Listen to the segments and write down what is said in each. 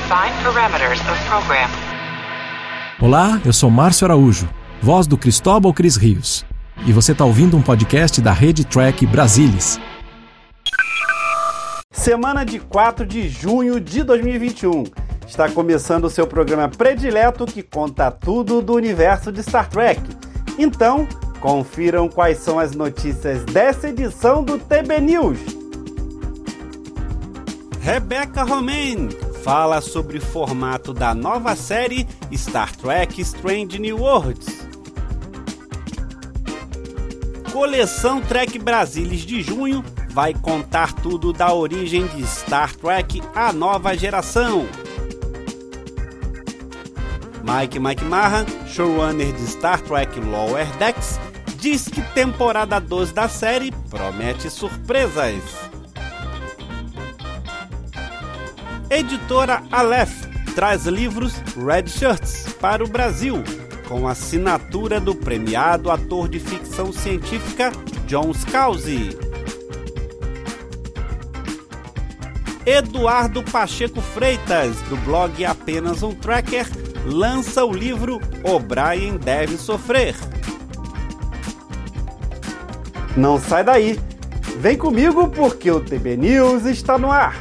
Define parameters of program. Olá, eu sou Márcio Araújo, voz do Cristóbal Cris Rios. E você está ouvindo um podcast da Rede Trek Brasilis. Semana de 4 de junho de 2021. Está começando o seu programa predileto que conta tudo do universo de Star Trek. Então, confiram quais são as notícias dessa edição do TB News. Rebecca Romijn fala sobre o formato da nova série Star Trek Strange New Worlds. Coleção Trek Brasilis de junho vai contar tudo da origem de Star Trek, a nova geração. Mike McMahon, showrunner de Star Trek Lower Decks, diz que temporada 12 da série promete surpresas. Editora Aleph traz livros Red Shirts para o Brasil, com assinatura do premiado ator de ficção científica John Scalzi. Eduardo Pacheco Freitas, do blog Apenas um Tracker, lança o livro O'Brien Deve Sofrer. Não sai daí! Vem comigo porque o TB News está no ar!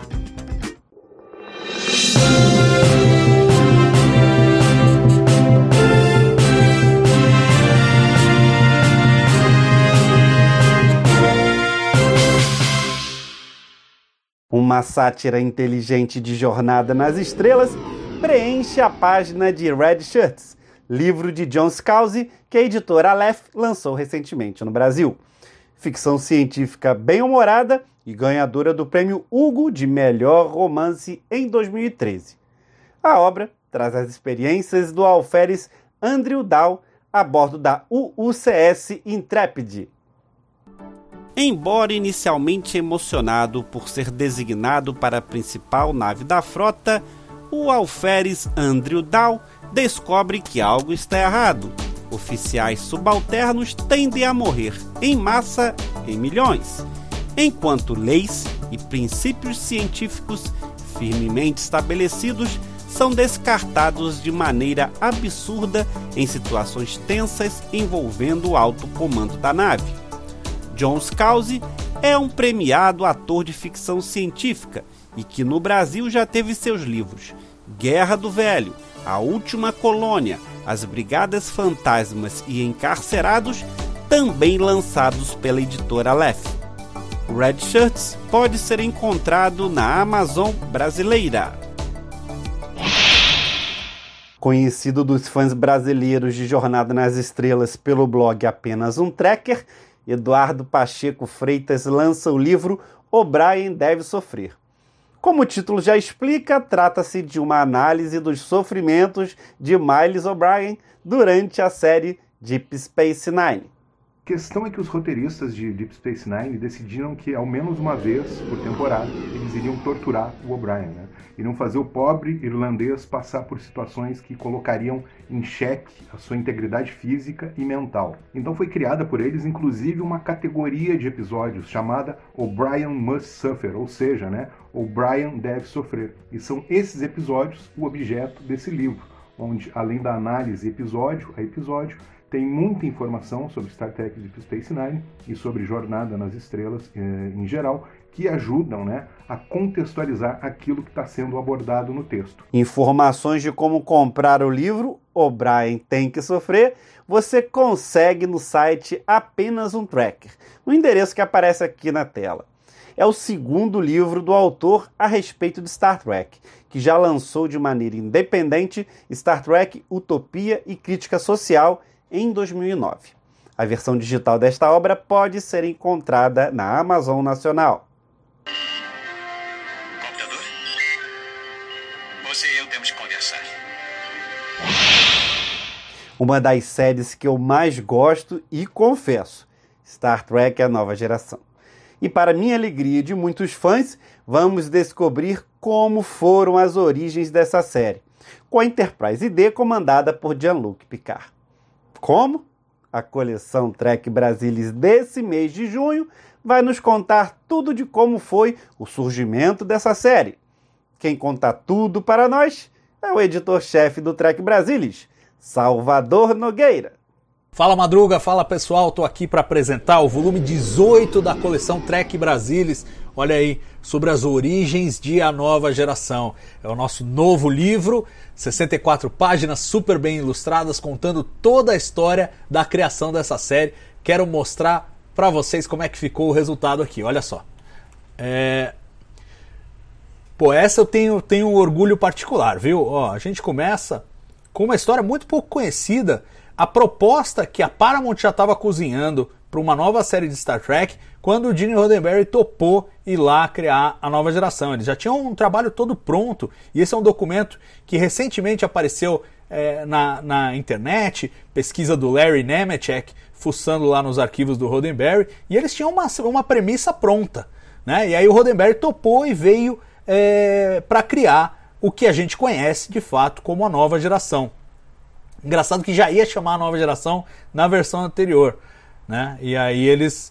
Uma sátira inteligente de Jornada nas Estrelas preenche a página de Red Shirts, livro de John Scalzi que a editora Aleph lançou recentemente no Brasil. Ficção científica bem-humorada e ganhadora do prêmio Hugo de melhor romance em 2013. A obra traz as experiências do alferes Andrew Dahl a bordo da UUCS Intrepid. Embora inicialmente emocionado por ser designado para a principal nave da frota, o alferes Andrew Dahl descobre que algo está errado. Oficiais subalternos tendem a morrer em massa em milhões, enquanto leis e princípios científicos firmemente estabelecidos são descartados de maneira absurda em situações tensas envolvendo o alto comando da nave. John Scalzi é um premiado ator de ficção científica e que no Brasil já teve seus livros Guerra do Velho, A Última Colônia, As Brigadas Fantasmas e Encarcerados, também lançados pela editora Aleph. O Red Shirts pode ser encontrado na Amazon brasileira. Conhecido dos fãs brasileiros de Jornada nas Estrelas pelo blog Apenas um Tracker, Eduardo Pacheco Freitas lança o livro O'Brien Deve Sofrer. Como o título já explica, trata-se de uma análise dos sofrimentos de Miles O'Brien durante a série Deep Space Nine. A questão é que os roteiristas de Deep Space Nine decidiram que, ao menos uma vez por temporada, eles iriam torturar o O'Brien, né? Iriam fazer o pobre irlandês passar por situações que colocariam em xeque a sua integridade física e mental. Então foi criada por eles, inclusive, uma categoria de episódios chamada O'Brien Must Suffer, ou seja, né, O'Brien Deve Sofrer. E são esses episódios o objeto desse livro, onde, além da análise episódio a episódio, tem muita informação sobre Star Trek Deep Space Nine e sobre Jornada nas Estrelas em geral, que ajudam, né, a contextualizar aquilo que está sendo abordado no texto. Informações de como comprar o livro O'Brien Tem que Sofrer você consegue no site Apenas um Tracker, no endereço que aparece aqui na tela. É o segundo livro do autor a respeito de Star Trek, que já lançou de maneira independente Star Trek Utopia e Crítica Social em 2009. A versão digital desta obra pode ser encontrada na Amazon Nacional. Computador? Você e eu temos que conversar. Uma das séries que eu mais gosto e confesso, Star Trek A Nova Geração. E para minha alegria e de muitos fãs, vamos descobrir como foram as origens dessa série, com a Enterprise D comandada por Jean-Luc Picard. Como? A coleção Trek Brasilis desse mês de junho vai nos contar tudo de como foi o surgimento dessa série. quem conta tudo para nós é o editor-chefe do Trek Brasilis, Salvador Nogueira. Fala Madruga, fala pessoal, tô aqui para apresentar o volume 18 da coleção Trek Brasilis. Olha aí, sobre as origens de A Nova Geração. É o nosso novo livro, 64 páginas super bem ilustradas, contando toda a história da criação dessa série. Quero mostrar para vocês como é que ficou o resultado aqui, olha só. Essa eu tenho um orgulho particular, viu? Ó, a gente começa com uma história muito pouco conhecida. A proposta que a Paramount já estava cozinhando para uma nova série de Star Trek, quando o Gene Roddenberry topou ir lá criar A Nova Geração. Eles já tinham um trabalho todo pronto, e esse é um documento que recentemente apareceu na internet, pesquisa do Larry Nemechek, fuçando lá nos arquivos do Roddenberry, e eles tinham uma premissa pronta, né? E aí o Roddenberry topou e veio para criar o que a gente conhece de fato como A Nova Geração. Engraçado que já ia chamar A Nova Geração na versão anterior, né? E aí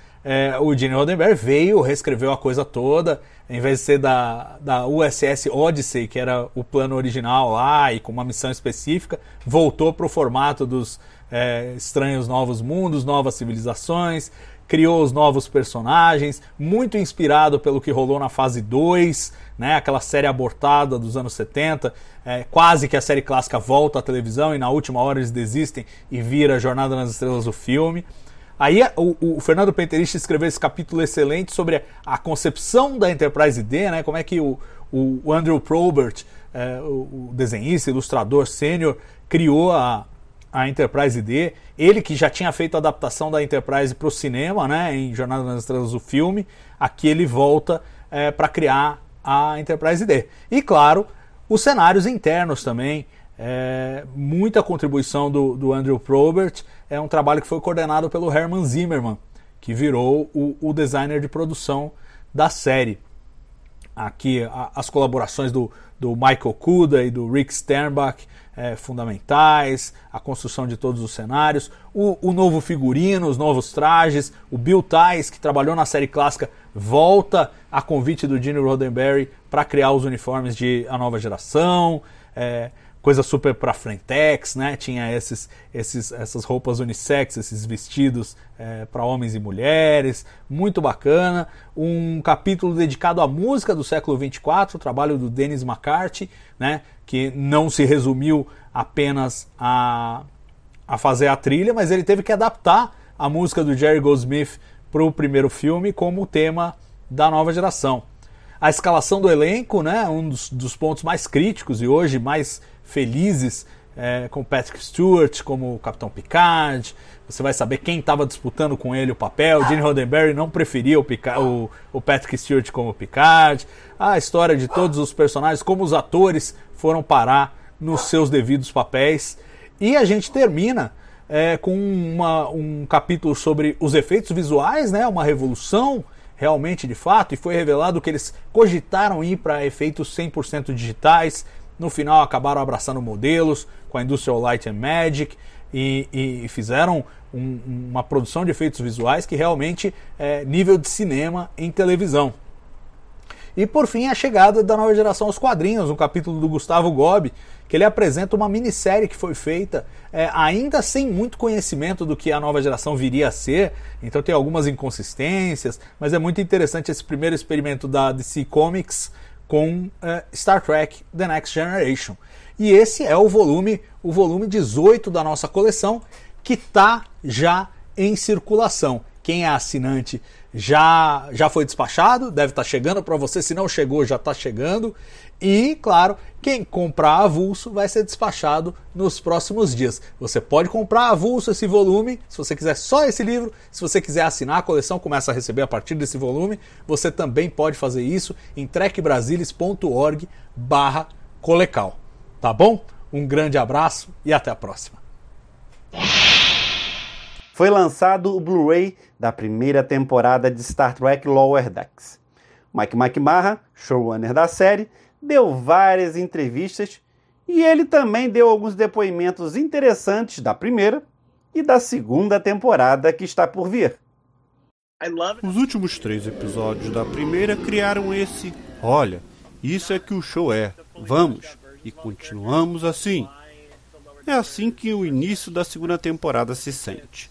o Gene Roddenberry veio, reescreveu a coisa toda, em vez de ser da USS Odyssey, que era o plano original lá e com uma missão específica, voltou para o formato dos estranhos novos mundos, novas civilizações, criou os novos personagens, muito inspirado pelo que rolou na fase 2, né, aquela série abortada dos anos 70, quase que a série clássica volta à televisão e na última hora eles desistem e vira Jornada nas Estrelas o filme. Aí o Fernando Penterista escreveu esse capítulo excelente sobre a concepção da Enterprise D, né, como é que o Andrew Probert, o desenhista, ilustrador sênior, criou a Enterprise D, ele que já tinha feito a adaptação da Enterprise para o cinema, né, em Jornada nas Estrelas do filme, aqui ele volta para criar a Enterprise D. E claro, os cenários internos também, muita contribuição do Andrew Probert, é um trabalho que foi coordenado pelo Herman Zimmerman, que virou o designer de produção da série. Aqui as colaborações do Michael Kuda e do Rick Sternbach fundamentais, a construção de todos os cenários, o novo figurino, os novos trajes, o Bill Tice, que trabalhou na série clássica, volta a convite do Gene Roddenberry para criar os uniformes de A Nova Geração, coisa super pra frentex, né? Tinha essas roupas unissex, esses vestidos para homens e mulheres, muito bacana. Um capítulo dedicado à música do século 24, o trabalho do Dennis McCarthy, né? Que não se resumiu apenas a fazer a trilha, mas ele teve que adaptar a música do Jerry Goldsmith para o primeiro filme como tema da Nova Geração. A escalação do elenco, né? Um dos pontos mais críticos e hoje mais felizes, com Patrick Stewart como o Capitão Picard. Você vai saber quem estava disputando com ele o papel. Gene Roddenberry não preferia o Patrick Stewart como Picard. A história de todos os personagens, como os atores foram parar nos seus devidos papéis. E a gente termina com um capítulo sobre os efeitos visuais, né? Uma revolução realmente de fato, e foi revelado que eles cogitaram ir para efeitos 100% digitais. No final acabaram abraçando modelos com a Industrial Light and Magic e fizeram uma produção de efeitos visuais que realmente é nível de cinema em televisão. E por fim a chegada da Nova Geração aos quadrinhos, um capítulo do Gustavo Gobi, que ele apresenta uma minissérie que foi feita ainda sem muito conhecimento do que a Nova Geração viria a ser, então tem algumas inconsistências, mas é muito interessante esse primeiro experimento da DC Comics com Star Trek The Next Generation. E esse é o volume 18 da nossa coleção, que está já em circulação. Quem é assinante já foi despachado, deve estar chegando para você, se não chegou já está chegando. E, claro, quem comprar avulso vai ser despachado nos próximos dias. Você pode comprar avulso esse volume, se você quiser só esse livro. Se você quiser assinar a coleção, começa a receber a partir desse volume. Você também pode fazer isso em trekbrasilis.org/colecal. Tá bom? Um grande abraço e até a próxima. Foi lançado o Blu-ray da primeira temporada de Star Trek Lower Decks. Mike McMahon, showrunner da série, deu várias entrevistas e ele também deu alguns depoimentos interessantes da primeira e da segunda temporada que está por vir. Os últimos 3 episódios da primeira criaram esse... Olha, Isso é que o show é. Vamos. E continuamos assim. É assim que o início da segunda temporada se sente.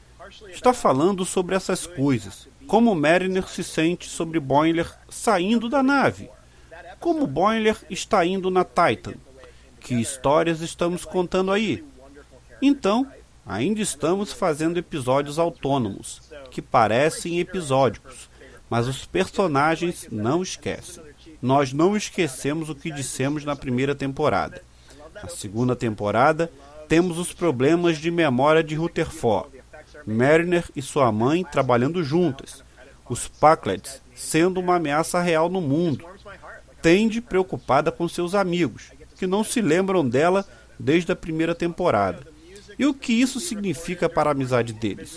Está falando sobre essas coisas. Como Mariner se sente sobre Boimler saindo da nave. Como Boimler está indo na Titan. Que histórias estamos contando aí? Então, ainda estamos fazendo episódios autônomos, que parecem episódicos, mas os personagens não esquecem. Nós não esquecemos o que dissemos na primeira temporada. Na segunda temporada, temos os problemas de memória de Rutherford, Mariner e sua mãe trabalhando juntas, os Pakleds sendo uma ameaça real no mundo, Tendi preocupada com seus amigos, que não se lembram dela desde a primeira temporada, e o que isso significa para a amizade deles.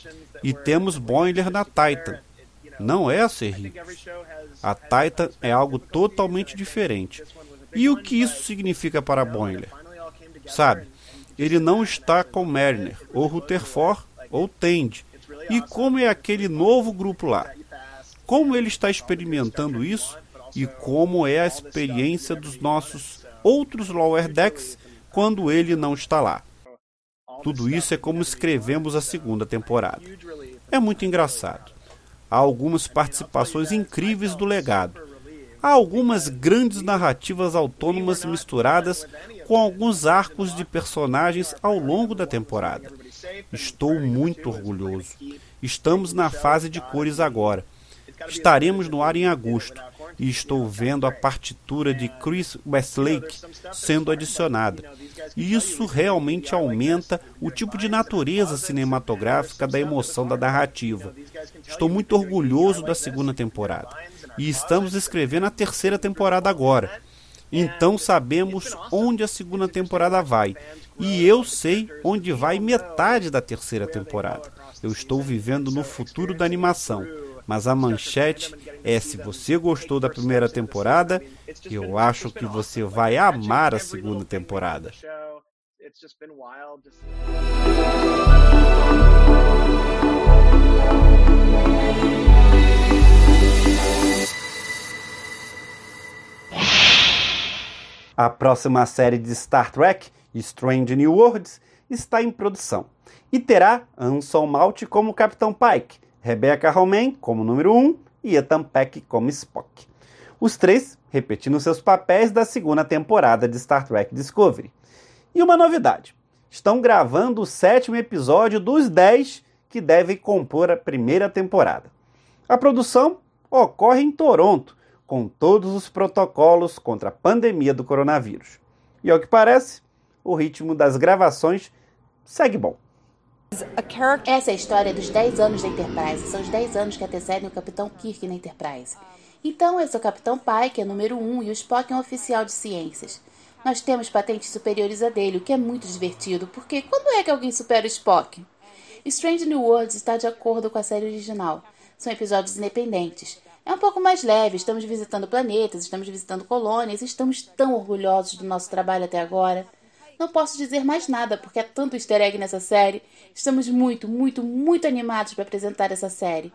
E temos Boimler na Titan. Não é a Cerritos. A Titan é algo totalmente diferente. E o que isso significa para Boimler? Sabe, ele não está com Mariner, ou Rutherford, ou Tendi. E como é aquele novo grupo lá? Como ele está experimentando isso? E como é a experiência dos nossos outros Lower Decks quando ele não está lá? Tudo isso é como escrevemos a segunda temporada. É muito engraçado. Há algumas participações incríveis do legado. Há algumas grandes narrativas autônomas misturadas com alguns arcos de personagens ao longo da temporada. Estou muito orgulhoso. Estamos na fase de cores agora. Estaremos no ar em agosto. E estou vendo a partitura de Chris Westlake sendo adicionada. E isso realmente aumenta o tipo de natureza cinematográfica da emoção da narrativa. Estou muito orgulhoso da segunda temporada. E estamos escrevendo a terceira temporada agora. Então sabemos onde a segunda temporada vai. E eu sei onde vai metade da terceira temporada. Eu estou vivendo no futuro da animação. Mas a manchete é: se você gostou da primeira temporada, eu acho que você vai amar a segunda temporada. A próxima série de Star Trek, Strange New Worlds, está em produção e terá Anson Mount como Capitão Pike, Rebecca Romijn como número 1 e Ethan Peck como Spock. Os três repetindo seus papéis da segunda temporada de Star Trek Discovery. E uma novidade, estão gravando o 7º episódio dos 10 que devem compor a primeira temporada. A produção ocorre em Toronto, com todos os protocolos contra a pandemia do coronavírus. E ao que parece, o ritmo das gravações segue bom. Essa é a história dos 10 anos da Enterprise. São os 10 anos que antecedem o Capitão Kirk na Enterprise. Então, esse é o Capitão Pike, é número 1, e o Spock é um oficial de ciências. Nós temos patentes superiores a dele, o que é muito divertido, porque quando é que alguém supera o Spock? Strange New Worlds está de acordo com a série original. São episódios independentes. É um pouco mais leve, estamos visitando planetas, estamos visitando colônias, estamos tão orgulhosos do nosso trabalho até agora. Não posso dizer mais nada, porque há tanto easter egg nessa série. Estamos muito, muito, muito animados para apresentar essa série.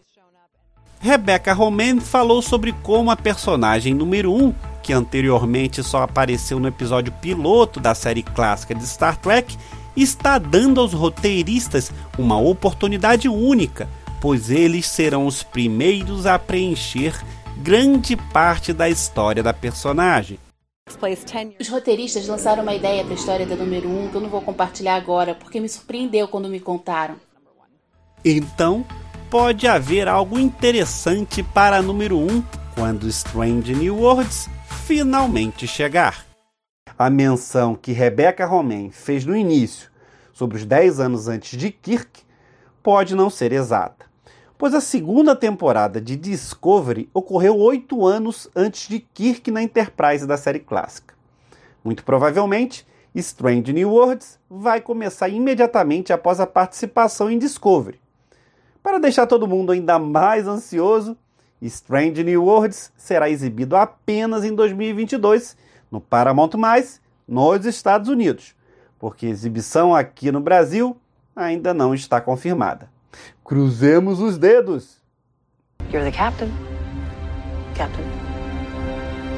Rebecca Romijn falou sobre como a personagem número 1, que anteriormente só apareceu no episódio piloto da série clássica de Star Trek, está dando aos roteiristas uma oportunidade única, pois eles serão os primeiros a preencher grande parte da história da personagem. Os roteiristas lançaram uma ideia para a história da número 1 que eu não vou compartilhar agora, porque me surpreendeu quando me contaram. Então, pode haver algo interessante para a número 1 quando Strange New Worlds finalmente chegar. A menção que Rebecca Romijn fez no início sobre os 10 anos antes de Kirk pode não ser exata, pois a segunda temporada de Discovery ocorreu 8 anos antes de Kirk na Enterprise da série clássica. Muito provavelmente, Strange New Worlds vai começar imediatamente após a participação em Discovery. Para deixar todo mundo ainda mais ansioso, Strange New Worlds será exibido apenas em 2022 no Paramount+, nos Estados Unidos, porque a exibição aqui no Brasil ainda não está confirmada. Cruzemos os dedos! You're the captain. Captain.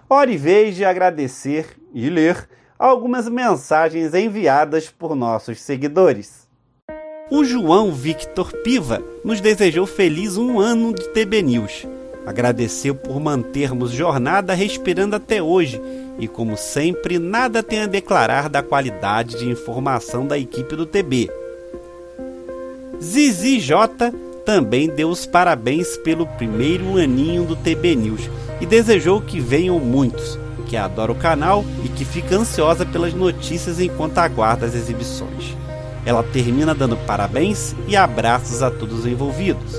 hora e vez de agradecer e ler algumas mensagens enviadas por nossos seguidores. O João Victor Piva nos desejou feliz 1 ano de TB News. Agradeceu por mantermos Jornada respirando até hoje e, como sempre, nada tem a declarar da qualidade de informação da equipe do TB. Zizi J também deu os parabéns pelo primeiro aninho do TB News e desejou que venham muitos, que adora o canal e que fica ansiosa pelas notícias enquanto aguarda as exibições. Ela termina dando parabéns e abraços a todos os envolvidos.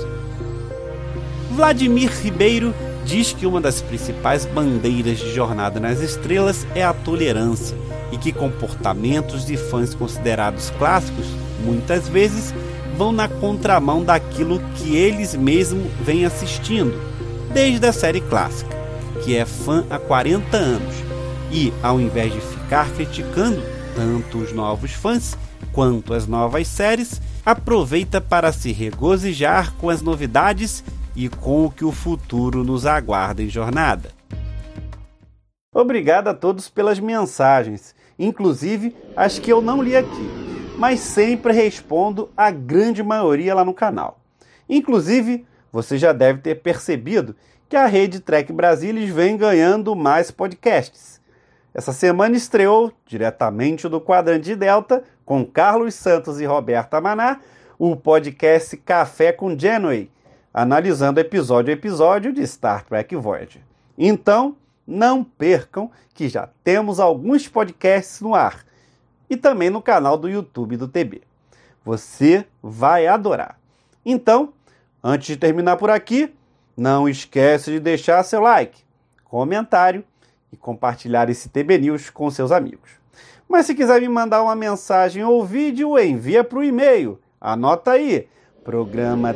Vladimir Ribeiro diz que uma das principais bandeiras de Jornada nas Estrelas é a tolerância e que comportamentos de fãs considerados clássicos, muitas vezes, vão na contramão daquilo que eles mesmos vêm assistindo, desde a série clássica, que é fã há 40 anos, e, ao invés de ficar criticando tanto os novos fãs quanto as novas séries, aproveita para se regozijar com as novidades e com o que o futuro nos aguarda em Jornada. Obrigado a todos pelas mensagens, inclusive as que eu não li aqui, mas sempre respondo a grande maioria lá no canal. Inclusive, você já deve ter percebido que a Rede Trek Brasilis vem ganhando mais podcasts. Essa semana estreou, diretamente do Quadrante Delta, com Carlos Santos e Roberta Maná, o podcast Café com Janeway, analisando episódio a episódio de Star Trek Voyager. Então, não percam que já temos alguns podcasts no ar e também no canal do YouTube do TB. Você vai adorar. Então, antes de terminar por aqui, não esquece de deixar seu like, comentário e compartilhar esse TB News com seus amigos. Mas se quiser me mandar uma mensagem ou vídeo, envia para o e-mail. Anota aí, programa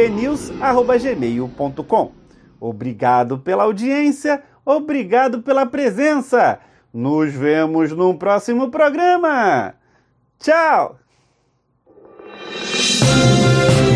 tbnews@gmail.com. Obrigado pela audiência, obrigado pela presença. Nos vemos no próximo programa. Tchau!